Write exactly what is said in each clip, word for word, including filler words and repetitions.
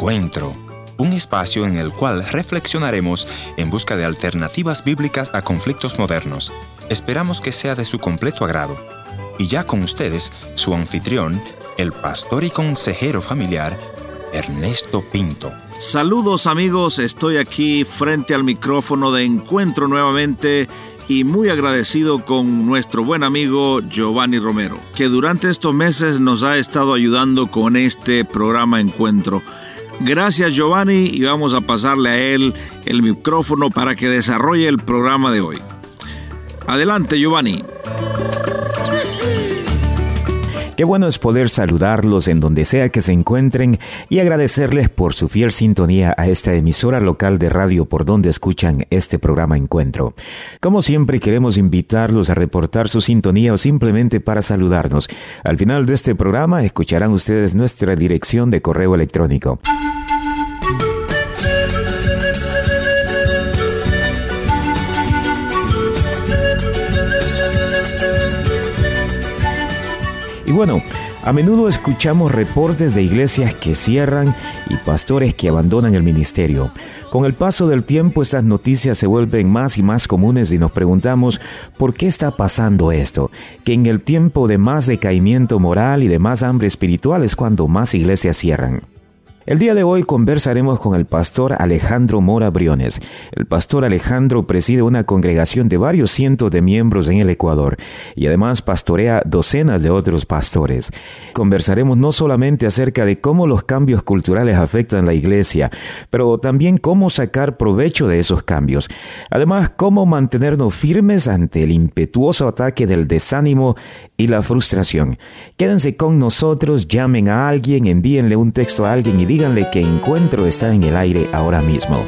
Encuentro, un espacio en el cual reflexionaremos en busca de alternativas bíblicas a conflictos modernos. Esperamos que sea de su completo agrado. Y ya con ustedes, su anfitrión, el pastor y consejero familiar, Ernesto Pinto. Saludos amigos, estoy aquí frente al micrófono de Encuentro nuevamente y muy agradecido con nuestro buen amigo Giovanni Romero, que durante estos meses nos ha estado ayudando con este programa Encuentro. Gracias Giovanni, y vamos a pasarle a él el micrófono para que desarrolle el programa de hoy. Adelante Giovanni. Qué bueno es poder saludarlos en donde sea que se encuentren y agradecerles por su fiel sintonía a esta emisora local de radio por donde escuchan este programa Encuentro. Como siempre, queremos invitarlos a reportar su sintonía o simplemente para saludarnos. Al final de este programa escucharán ustedes nuestra dirección de correo electrónico. Y bueno, a menudo escuchamos reportes de iglesias que cierran y pastores que abandonan el ministerio. Con el paso del tiempo, estas noticias se vuelven más y más comunes y nos preguntamos ¿por qué está pasando esto? Que en el tiempo de más decaimiento moral y de más hambre espiritual es cuando más iglesias cierran. El día de hoy conversaremos con el pastor Alejandro Mora Briones. El pastor Alejandro preside una congregación de varios cientos de miembros en el Ecuador y además pastorea docenas de otros pastores. Conversaremos no solamente acerca de cómo los cambios culturales afectan la iglesia, pero también cómo sacar provecho de esos cambios. Además, cómo mantenernos firmes ante el impetuoso ataque del desánimo y la frustración. Quédense con nosotros, llamen a alguien, envíenle un texto a alguien y díganle que Encuentro está en el aire ahora mismo.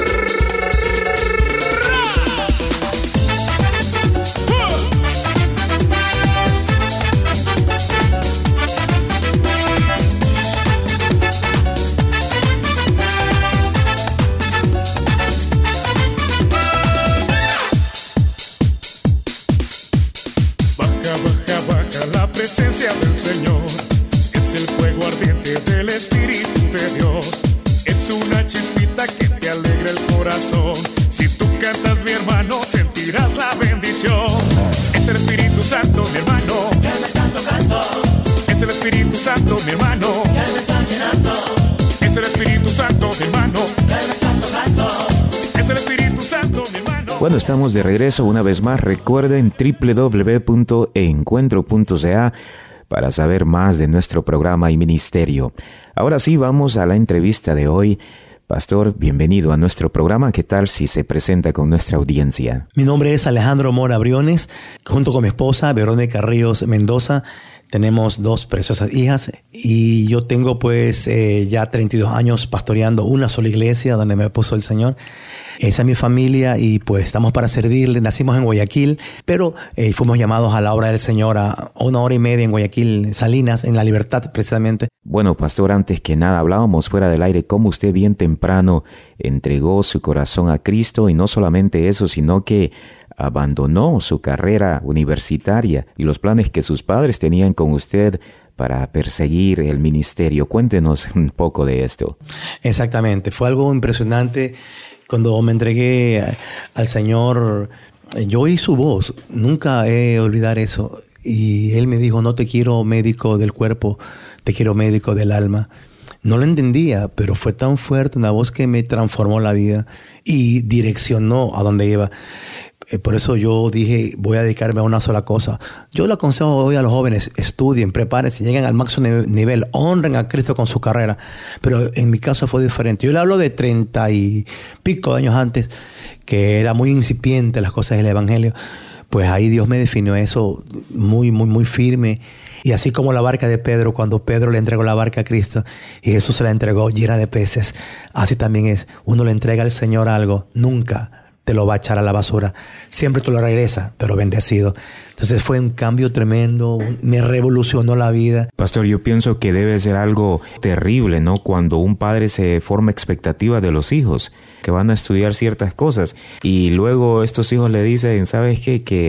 Baja, baja, baja la presencia del Señor. Es el fuego ardiente del Espíritu de Dios. Es una chispita que te alegra el corazón. Si tú cantas, mi hermano, sentirás la bendición. Es el Espíritu Santo, mi hermano, que me está tocando. Es el Espíritu Santo, mi hermano, que me está llenando. Es el Espíritu Santo, mi hermano, que me está tocando. Es el Espíritu Santo, mi hermano. Bueno, estamos de regreso una vez más. Recuerden doble u doble u doble u punto encuentro punto c a para saber más de nuestro programa y ministerio. Ahora sí, vamos a la entrevista de hoy. Pastor, bienvenido a nuestro programa. ¿Qué tal si se presenta con nuestra audiencia? Mi nombre es Alejandro Mora Briones. Junto con mi esposa, Verónica Ríos Mendoza, tenemos dos preciosas hijas y yo tengo pues eh, ya treinta y dos años pastoreando una sola iglesia donde me puso el Señor. Esa es mi familia y pues estamos para servirle. Nacimos en Guayaquil, pero eh, fuimos llamados a la obra del Señor a una hora y media en Guayaquil, Salinas, en La Libertad precisamente. Bueno, pastor, antes que nada hablábamos fuera del aire cómo usted bien temprano entregó su corazón a Cristo y no solamente eso, sino que abandonó su carrera universitaria y los planes que sus padres tenían con usted para perseguir el ministerio. Cuéntenos un poco de esto. Exactamente, fue algo impresionante. Cuando me entregué al Señor, yo oí su voz, nunca he de olvidar eso. Y Él me dijo, no te quiero médico del cuerpo, te quiero médico del alma. No lo entendía, pero fue tan fuerte una voz que me transformó la vida y direccionó a donde iba. Por eso yo dije, voy a dedicarme a una sola cosa. Yo le aconsejo hoy a los jóvenes, estudien, prepárense, lleguen al máximo nivel, honren a Cristo con su carrera. Pero en mi caso fue diferente. Yo le hablo de treinta y pico de años antes, que era muy incipiente las cosas del Evangelio. Pues ahí Dios me definió eso muy, muy, muy firme. Y así como la barca de Pedro, cuando Pedro le entregó la barca a Cristo y Jesús se la entregó llena de peces, así también es. Uno le entrega al Señor algo, nunca te lo va a echar a la basura. Siempre te lo regresa, pero bendecido. Entonces fue un cambio tremendo, me revolucionó la vida. Pastor, yo pienso que debe ser algo terrible, ¿no? Cuando un padre se forma expectativa de los hijos, que van a estudiar ciertas cosas, y luego estos hijos le dicen, ¿sabes qué? Que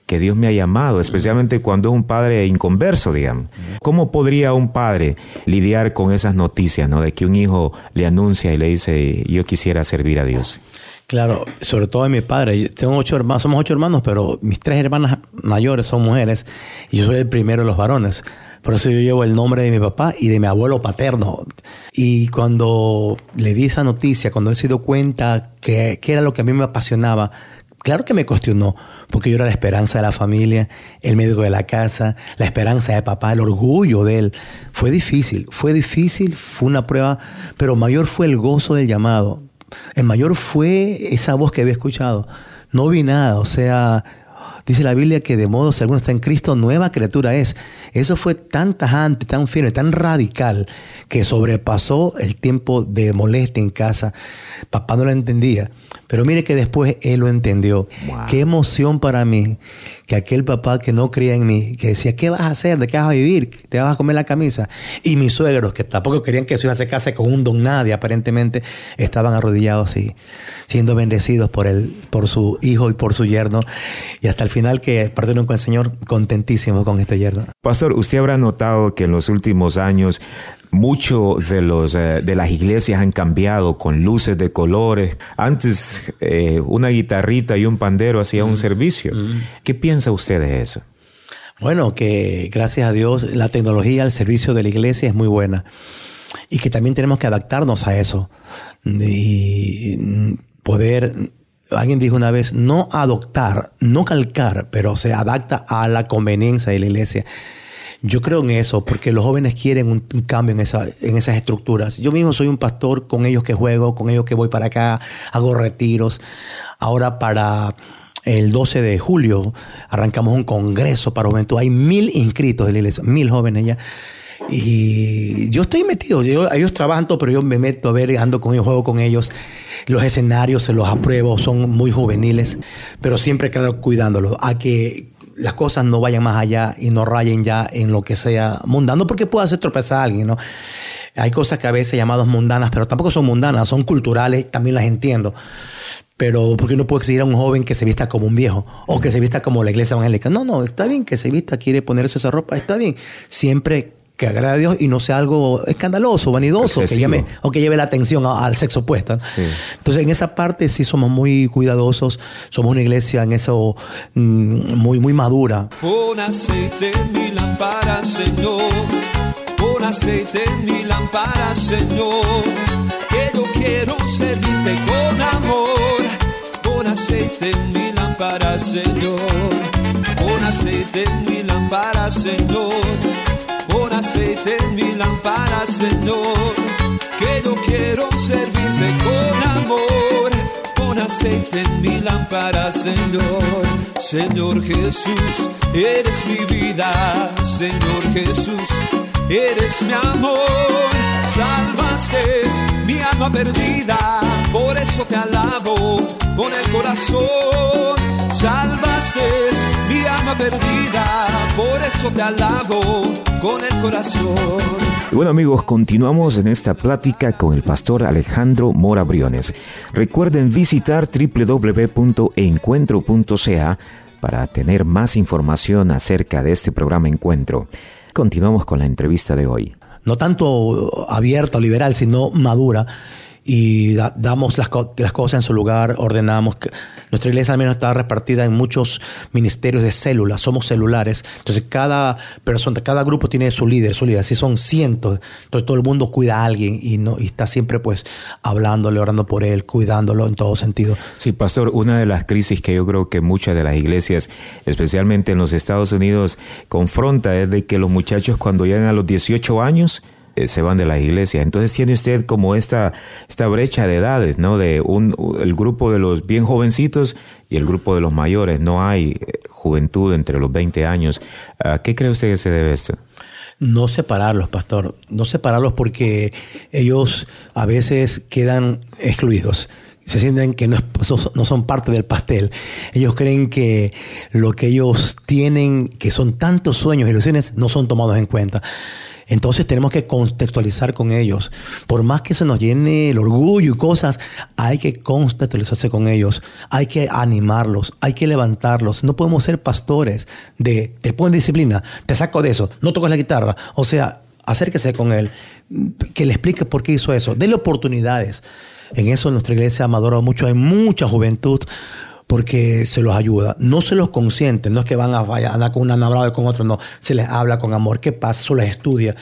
que Dios me ha llamado, especialmente cuando es un padre inconverso, digamos. ¿Cómo podría un padre lidiar con esas noticias, ¿no? De que un hijo le anuncia y le dice, yo quisiera servir a Dios? Claro, sobre todo de mi padre. Yo tengo ocho hermanos, somos ocho hermanos, pero mis tres hermanas mayores son mujeres y yo soy el primero de los varones. Por eso yo llevo el nombre de mi papá y de mi abuelo paterno. Y cuando le di esa noticia, cuando él se dio cuenta que, que era lo que a mí me apasionaba, claro que me cuestionó, porque yo era la esperanza de la familia, el médico de la casa, la esperanza de papá, el orgullo de él. Fue difícil, fue difícil, fue una prueba, pero mayor fue el gozo del llamado. El mayor fue esa voz que había escuchado. No vi nada, o sea, dice la Biblia que de modo si alguno está en Cristo, nueva criatura es. Eso fue tan tajante, tan firme, tan radical, que sobrepasó el tiempo de molestia en casa. Papá no lo entendía, pero mire que después él lo entendió. Wow. Qué emoción para mí que aquel papá que no creía en mí, que decía, ¿qué vas a hacer? ¿De qué vas a vivir? ¿Te vas a comer la camisa? Y mis suegros, que tampoco querían que su hija se case con un don nadie, aparentemente, estaban arrodillados y siendo bendecidos por él, por su hijo y por su yerno. Y hasta el final que partieron con el Señor, contentísimos con este yerno. Pastor, usted habrá notado que en los últimos años muchos de los eh, de las iglesias han cambiado con luces de colores. Antes eh, una guitarrita y un pandero hacían mm. un servicio. Mm. ¿Qué piensa usted de eso? Bueno, que gracias a Dios la tecnología al servicio de la iglesia es muy buena y que también tenemos que adaptarnos a eso y poder... Alguien dijo una vez, no adoptar, no calcar, pero se adapta a la conveniencia de la iglesia. Yo creo en eso, porque los jóvenes quieren un, un cambio en, esa, en esas estructuras. Yo mismo soy un pastor, con ellos que juego, con ellos que voy para acá, hago retiros. Ahora para el doce de julio arrancamos un congreso para juventud. Hay mil inscritos de la iglesia, mil jóvenes ya. Y yo estoy metido, yo, ellos trabajan todo, pero yo me meto a ver, ando con ellos, juego con ellos. Los escenarios se los apruebo, son muy juveniles, pero siempre, claro, cuidándolos, a que las cosas no vayan más allá y no rayen ya en lo que sea mundano, porque puede hacer tropezar a alguien, ¿no? Hay cosas que a veces llamadas mundanas, pero tampoco son mundanas, son culturales, también las entiendo. Pero porque uno puede exigir a un joven que se vista como un viejo o que se vista como la iglesia evangélica. No, no, está bien que se vista, quiere ponerse esa ropa, está bien. Siempre que agrade a Dios y no sea algo escandaloso, vanidoso, que llame, o que lleve la atención a, al sexo opuesto. Sí. Entonces, en esa parte sí somos muy cuidadosos. Somos una iglesia en eso mmm, muy, muy madura. Pon aceite en mi lámpara, Señor. Pon aceite en mi lámpara, Señor. Que yo quiero servirte con amor. Pon aceite en mi lámpara, Señor. Pon aceite en mi lámpara, Señor. Pon aceite en mi lámpara, Señor, que yo quiero servirte con amor. Pon aceite en mi lámpara, Señor. Señor Jesús, eres mi vida. Señor Jesús, eres mi amor. Salvaste mi alma perdida, por eso te alabo con el corazón. Salvaste mi alma perdida, por eso te alabo con el corazón. Y bueno, amigos, continuamos en esta plática con el pastor Alejandro Mora Briones. Recuerden visitar doble u doble u doble u punto encuentro punto c a para tener más información acerca de este programa Encuentro. Continuamos con la entrevista de hoy. No tanto abierta o liberal, sino madura. Y da, damos las, co- las cosas en su lugar, ordenamos. Nuestra iglesia al menos está repartida en muchos ministerios de células, somos celulares. Entonces cada persona, cada grupo tiene su líder, su líder. Así son cientos. Entonces todo el mundo cuida a alguien y, no, y está siempre pues hablándole, orando por él, cuidándolo en todo sentido. Sí, pastor, una de las crisis que yo creo que muchas de las iglesias, especialmente en los Estados Unidos, confronta es de que los muchachos cuando llegan a los dieciocho años se van de la iglesia. Entonces tiene usted como esta esta brecha de edades, ¿no? De un el grupo de los bien jovencitos y el grupo de los mayores. No hay juventud entre los veinte años. ¿A qué cree usted que se debe esto? No separarlos, pastor. No separarlos porque ellos a veces quedan excluidos. Se sienten que no, no son parte del pastel. Ellos creen que lo que ellos tienen, que son tantos sueños y ilusiones, no son tomados en cuenta. Entonces tenemos que contextualizar con ellos. Por más que se nos llene el orgullo y cosas, hay que contextualizarse con ellos. Hay que animarlos, hay que levantarlos. No podemos ser pastores de te pongo en disciplina, te saco de eso, no tocas la guitarra. O sea, acérquese con él, que le explique por qué hizo eso. Dele oportunidades. En eso en nuestra iglesia madura mucho. Hay mucha juventud porque se los ayuda. No se los consiente. No es que van a, vaya, a andar con una nabrada y con otro. No. Se les habla con amor. ¿Qué pasa? Eso les estudia.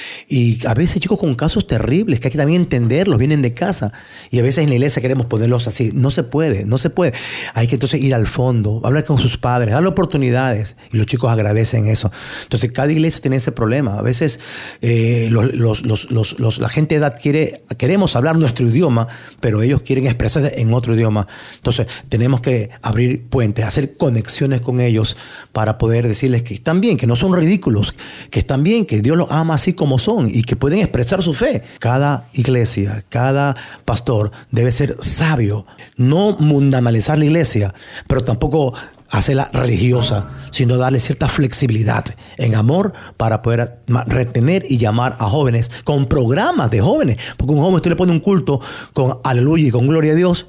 Y a veces chicos con casos terribles que hay que también entenderlos. Vienen de casa. Y a veces en la iglesia queremos ponerlos así. No se puede. No se puede. Hay que entonces ir al fondo. Hablar con sus padres. Darle oportunidades. Y los chicos agradecen eso. Entonces cada iglesia tiene ese problema. A veces eh, los, los, los, los, los, la gente de edad quiere... Queremos hablar nuestro idioma, pero ellos quieren expresarse en otro idioma. Entonces tenemos que abrir puentes, hacer conexiones con ellos para poder decirles que están bien, que no son ridículos, que están bien, que Dios los ama así como son y que pueden expresar su fe. Cada iglesia, cada pastor debe ser sabio, no mundanalizar la iglesia, pero tampoco hacerla religiosa, sino darle cierta flexibilidad en amor para poder retener y llamar a jóvenes con programas de jóvenes. Porque un joven, usted le pone un culto con aleluya y con gloria a Dios,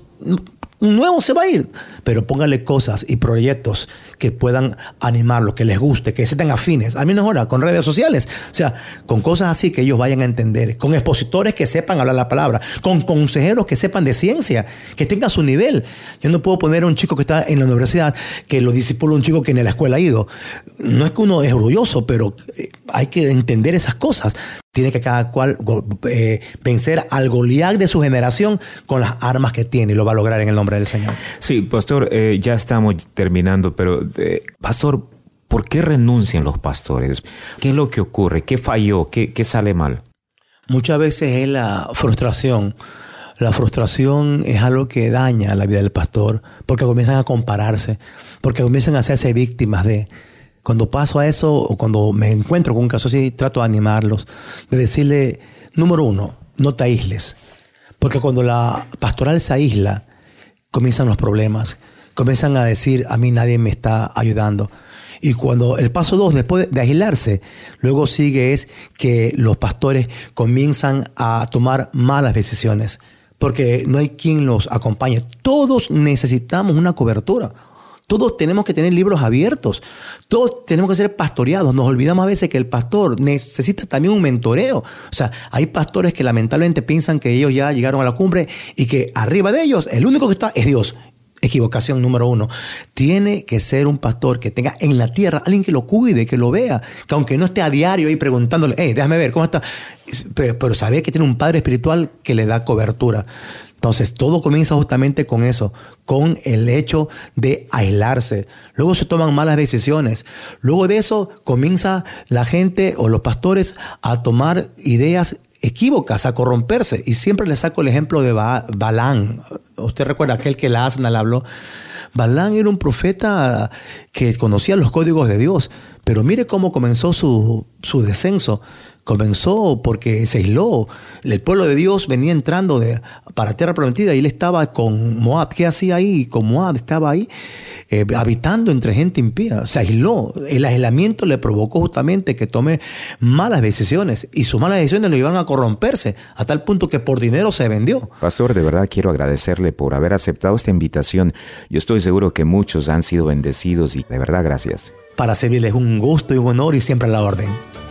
un nuevo se va a ir, pero póngale cosas y proyectos que puedan animarlos, que les guste, que se tengan afines. Al menos ahora, con redes sociales. O sea, con cosas así que ellos vayan a entender. Con expositores que sepan hablar la palabra. Con consejeros que sepan de ciencia, que tengan su nivel. Yo no puedo poner a un chico que está en la universidad que lo disipula un chico que en la escuela ha ido. No es que uno es orgulloso, pero hay que entender esas cosas. Tiene que cada cual eh, vencer al Goliat de su generación con las armas que tiene y lo va a lograr en el nombre del Señor. Sí, pastor, eh, ya estamos terminando, pero eh, pastor, ¿por qué renuncian los pastores? ¿Qué es lo que ocurre? ¿Qué falló? ¿Qué, qué sale mal? Muchas veces es la frustración. La frustración es algo que daña la vida del pastor porque comienzan a compararse, porque comienzan a hacerse víctimas de... Cuando paso a eso o cuando me encuentro con un caso así, trato de animarlos, de decirle, número uno, no te aísles. Porque cuando la pastoral se aísla, comienzan los problemas. Comienzan a decir, a mí nadie me está ayudando. Y cuando el paso dos, después de aislarse, luego sigue es que los pastores comienzan a tomar malas decisiones. Porque no hay quien los acompañe. Todos necesitamos una cobertura. Todos tenemos que tener libros abiertos. Todos tenemos que ser pastoreados. Nos olvidamos a veces que el pastor necesita también un mentoreo. O sea, hay pastores que lamentablemente piensan que ellos ya llegaron a la cumbre y que arriba de ellos el único que está es Dios. Equivocación número uno. Tiene que ser un pastor que tenga en la tierra alguien que lo cuide, que lo vea. Que aunque no esté a diario ahí preguntándole, hey, déjame ver, ¿cómo está? Pero, pero saber que tiene un padre espiritual que le da cobertura. Entonces, todo comienza justamente con eso, con el hecho de aislarse. Luego se toman malas decisiones. Luego de eso, comienza la gente o los pastores a tomar ideas equívocas, a corromperse. Y siempre le saco el ejemplo de ba- Balán. Usted recuerda aquel que la asna le habló. Balán era un profeta que conocía los códigos de Dios. Pero mire cómo comenzó su, su descenso. Comenzó porque se aisló. El pueblo de Dios venía entrando de, para tierra prometida y él estaba con Moab. ¿Qué hacía ahí? Con Moab estaba ahí eh, habitando entre gente impía. Se aisló. El aislamiento le provocó justamente que tome malas decisiones y sus malas decisiones lo iban a corromperse a tal punto que por dinero se vendió. Pastor, de verdad quiero agradecerle por haber aceptado esta invitación. Yo estoy seguro que muchos han sido bendecidos y de verdad gracias. Para servirles un gusto y un honor y siempre a la orden.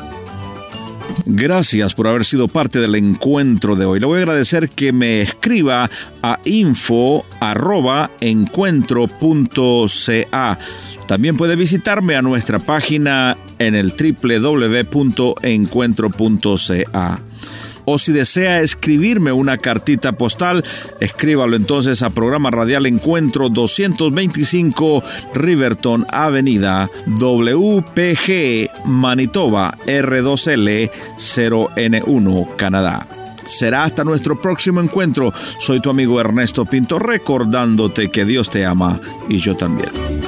Gracias por haber sido parte del encuentro de hoy. Le voy a agradecer que me escriba a info arroba encuentro punto ca. También puede visitarme a nuestra página en el doble u doble u doble u punto encuentro punto ca. O si desea escribirme una cartita postal, escríbalo entonces a Programa Radial Encuentro doscientos veinticinco Riverton Avenida, W P G, Manitoba, R dos L cero N uno, Canadá. Será hasta nuestro próximo encuentro. Soy tu amigo Ernesto Pinto, recordándote que Dios te ama y yo también.